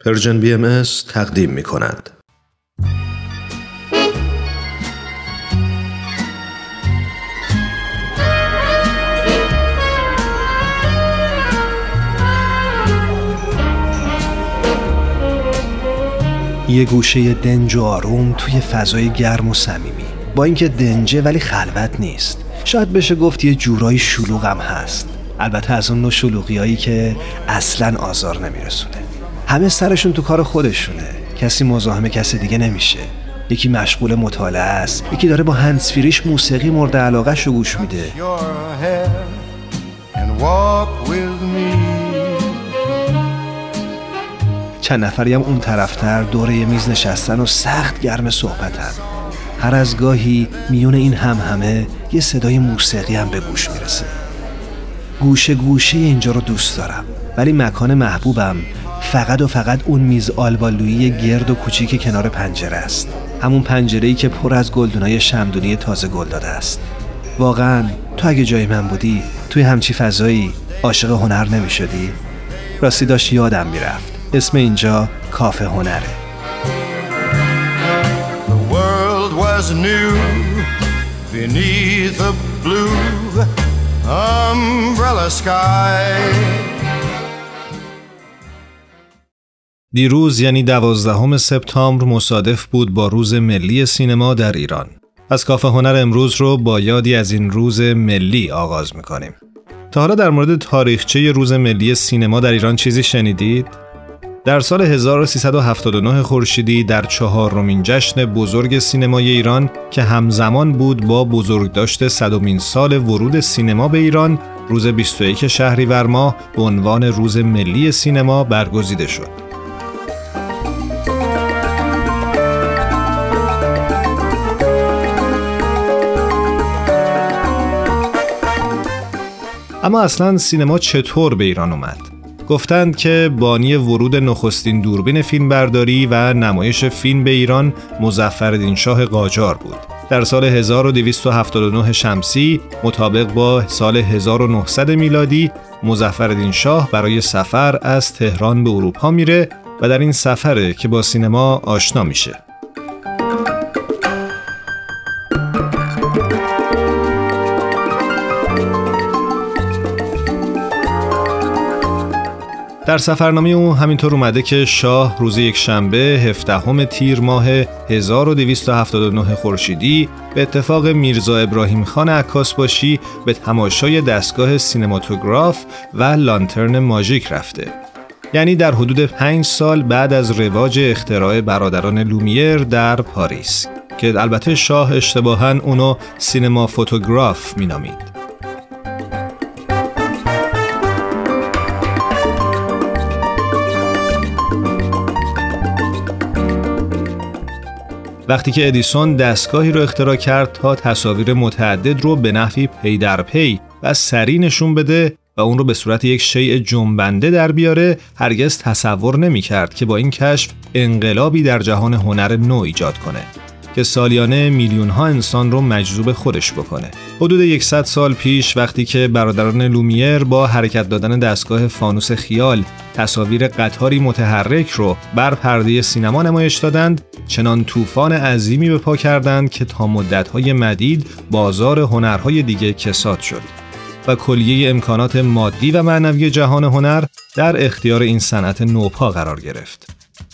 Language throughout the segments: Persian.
پرژن BMS تقدیم می کند. یه گوشه دنج و آروم توی فضای گرم و صمیمی. با اینکه دنجه ولی خلوت نیست. شاید بشه گفت یه جورایی شلوغ هم هست. البته از اون نوع شلوغیایی که اصلاً آزار نمیرسونه. همه سرشون تو کار خودشونه. کسی مزاحم کسی دیگه نمیشه. یکی مشغول مطالعه است، یکی داره با هندزفریش موسیقی مورد علاقه‌شو گوش میده. چند نفری هم اون طرفتر دور یه میز نشستن و سخت گرم صحبتن. هر از گاهی میون این همه یه صدای موسیقی هم به گوش میرسه. گوشه گوشه اینجا رو دوست دارم، ولی مکان محبوبم فقط اون میز آلبالویی گرد و کوچیک کنار پنجره است. همون پنجره‌ای که پر از گلدونای شمعدونی تازه گل داده است. واقعاً تو اگه جای من بودی توی همچی فضایی عاشق هنر نمی‌شدی؟ راستی داشت یادم میرفت. اسم اینجا کافه هنره. The world was new beneath a blue umbrella sky. دیروز یعنی 12 سپتامبر مصادف بود با روز ملی سینما در ایران. از کافه هنر امروز رو با یادی از این روز ملی آغاز می‌کنیم. تا حالا در مورد تاریخچه روز ملی سینما در ایران چیزی شنیدید؟ در سال 1379 خورشیدی در 4مین جشن بزرگ سینمای ایران که همزمان بود با بزرگداشت 100مین سال ورود سینما به ایران، روز 21 شهریور ماه به عنوان روز ملی سینما برگزیده شد. اما اصلاً سینما چطور به ایران اومد؟ گفتند که بانی ورود نخستین دوربین فیلمبرداری و نمایش فیلم به ایران مظفرالدین شاه قاجار بود. در سال 1279 شمسی مطابق با سال 1900 میلادی مظفرالدین شاه برای سفر از تهران به اروپا میره و در این سفره که با سینما آشنا میشه. در سفرنامه او همینطور اومده که شاه روز یکشنبه 17 تیر ماه 1279 خورشیدی به اتفاق میرزا ابراهیم خان عکاسباشی به تماشای دستگاه سینماتوگراف و لانترن ماژیک رفته. یعنی در حدود 5 سال بعد از رواج اختراع برادران لومیر در پاریس که البته شاه اشتباهاً اونو سینما فوتوگراف مینامید. وقتی که ادیسون دستگاهی رو اختراع کرد تا تصاویر متعدد رو به نحوی پی در پی و سریع نشون بده و اون رو به صورت یک شیء جنبنده در بیاره، هرگز تصور نمی کرد که با این کشف انقلابی در جهان هنر نو ایجاد کنه که سالیانه میلیون‌ها انسان رو مجذوب خودش بکنه. حدود 100 سال پیش وقتی که برادران لومیر با حرکت دادن دستگاه فانوس خیال تصاویر قطاری متحرک رو بر پرده سینما نمایش دادند، چنان طوفان عظیمی به پا کردند که تا مدت‌های مدید بازار هنرهای دیگه کساد شد و کلیه امکانات مادی و معنوی جهان هنر در اختیار این صنعت نوپا قرار گرفت.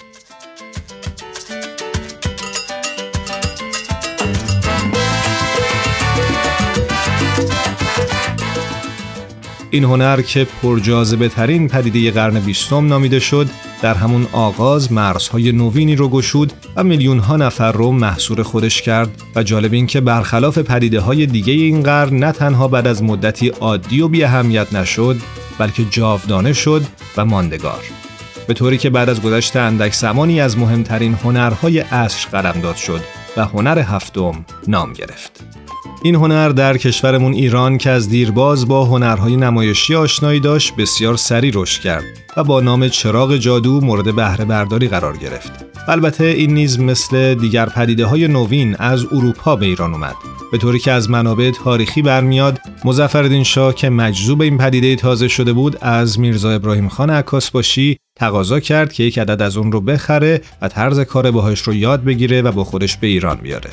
این هنر که پرجاذبه ترین پدیده قرن 20 نامیده شد، در همون آغاز مرزهای نوینی رو گشود و میلیون‌ها نفر رو محصور خودش کرد و جالب این که برخلاف پدیده‌های دیگه این قرن نه تنها بعد از مدتی عادی و بی اهمیت نشد، بلکه جاودانه شد و ماندگار. به طوری که بعد از گذشت اندک زمانی از مهمترین هنرهای عصر قلمداد شد و هنر هفتم نام گرفت. این هنر در کشورمون ایران که از دیرباز با هنرهای نمایشی آشنایی داشت بسیار سریع رشد کرد و با نام چراغ جادو مورد بهره برداری قرار گرفت. البته این نیز مثل دیگر پدیده‌های نوین از اروپا به ایران اومد، به طوری که از منابع تاریخی برمیاد مظفرالدین شاه که مجذوب این پدیده تازه شده بود از میرزا ابراهیم خان عکاسباشی تقاضا کرد که یک عدد از اون رو بخره و طرز کار باهاش رو یاد بگیره و با خودش به ایران بیاره.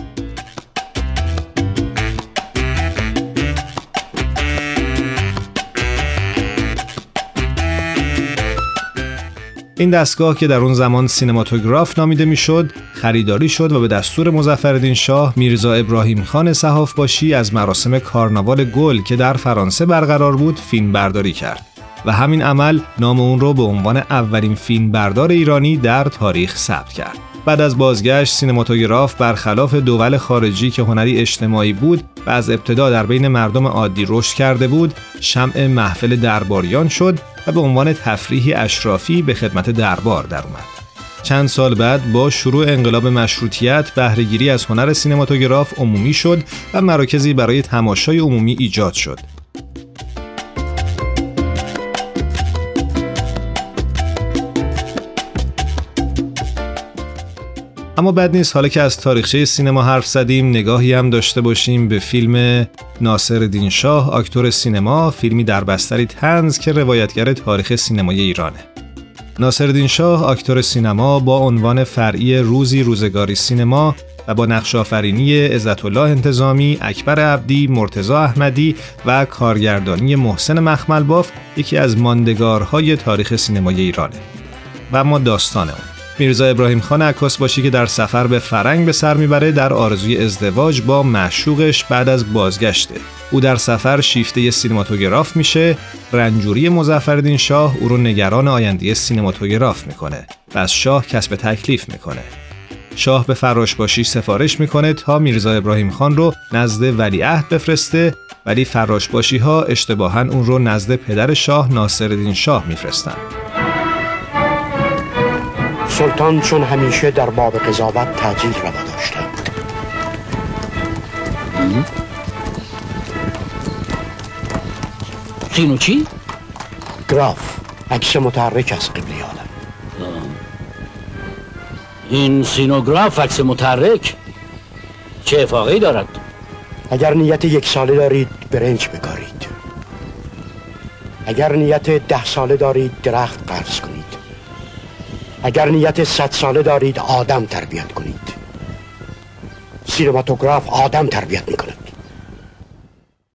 این دستگاه که در اون زمان سینماتوگراف نامیده میشد، خریداری شد و به دستور مظفرالدین شاه میرزا ابراهیم خان صحافباشی از مراسم کارناوال گل که در فرانسه برقرار بود فیلم برداری کرد و همین عمل نام اون رو به عنوان اولین فیلم بردار ایرانی در تاریخ ثبت کرد. بعد از بازگشت سینماتوگراف برخلاف دول خارجی که هنری اجتماعی بود و از ابتدا در بین مردم عادی رشد کرده بود، شمع محفل درباریان شد و به عنوان تفریحی اشرافی به خدمت دربار در اومد. چند سال بعد با شروع انقلاب مشروطیت بهره‌گیری از هنر سینماتوگراف عمومی شد و مراکزی برای تماشای عمومی ایجاد شد. اما بد نیست حالا که از تاریخچه سینما حرف زدیم نگاهی هم داشته باشیم به فیلم ناصرالدین شاه آکتور سینما، فیلمی در بستری طنز که روایتگر تاریخ سینمای ایرانه. ناصرالدین شاه آکتور سینما با عنوان فرعی روزی روزگاری سینما و با نقش آفرینی عزت‌الله انتظامی، اکبر عبدی، مرتضی احمدی و کارگردانی محسن مخملباف یکی از ماندگارهای تاریخ سینمای ایرانه. و اما داستان اون میرزا ابراهیم خان عکاسباشی که در سفر به فرنگ به سر میبره در آرزوی ازدواج با معشوقش بعد از بازگشته. او در سفر شیفته سینماتوگراف میشه، رنجوری مظفرالدین شاه او رو نگران آینده سینماتوگراف میکنه و از شاه کسب تکلیف میکنه. شاه به فراشباشی سفارش میکنه تا میرزا ابراهیم خان رو نزد ولیعهد بفرسته، ولی فراشباشی ها اشتباهاً اون رو نزد پدر شاه ناصرالدین شاه میفرستن. سلطان چون همیشه در باب قضاوت تعجیل روا داشتند. سینو چی؟ گراف، عکس متحرک از قبلی عالم. این سینوگراف عکس متحرک چه افاقه‌ای دارد؟ اگر نیت 1 ساله دارید برنج بکارید، اگر نیت 10 ساله دارید درخت قرض کنید، اگر نیت 100 ساله دارید آدم تربیت کنید. سینماتوگراف آدم تربیت میکنه.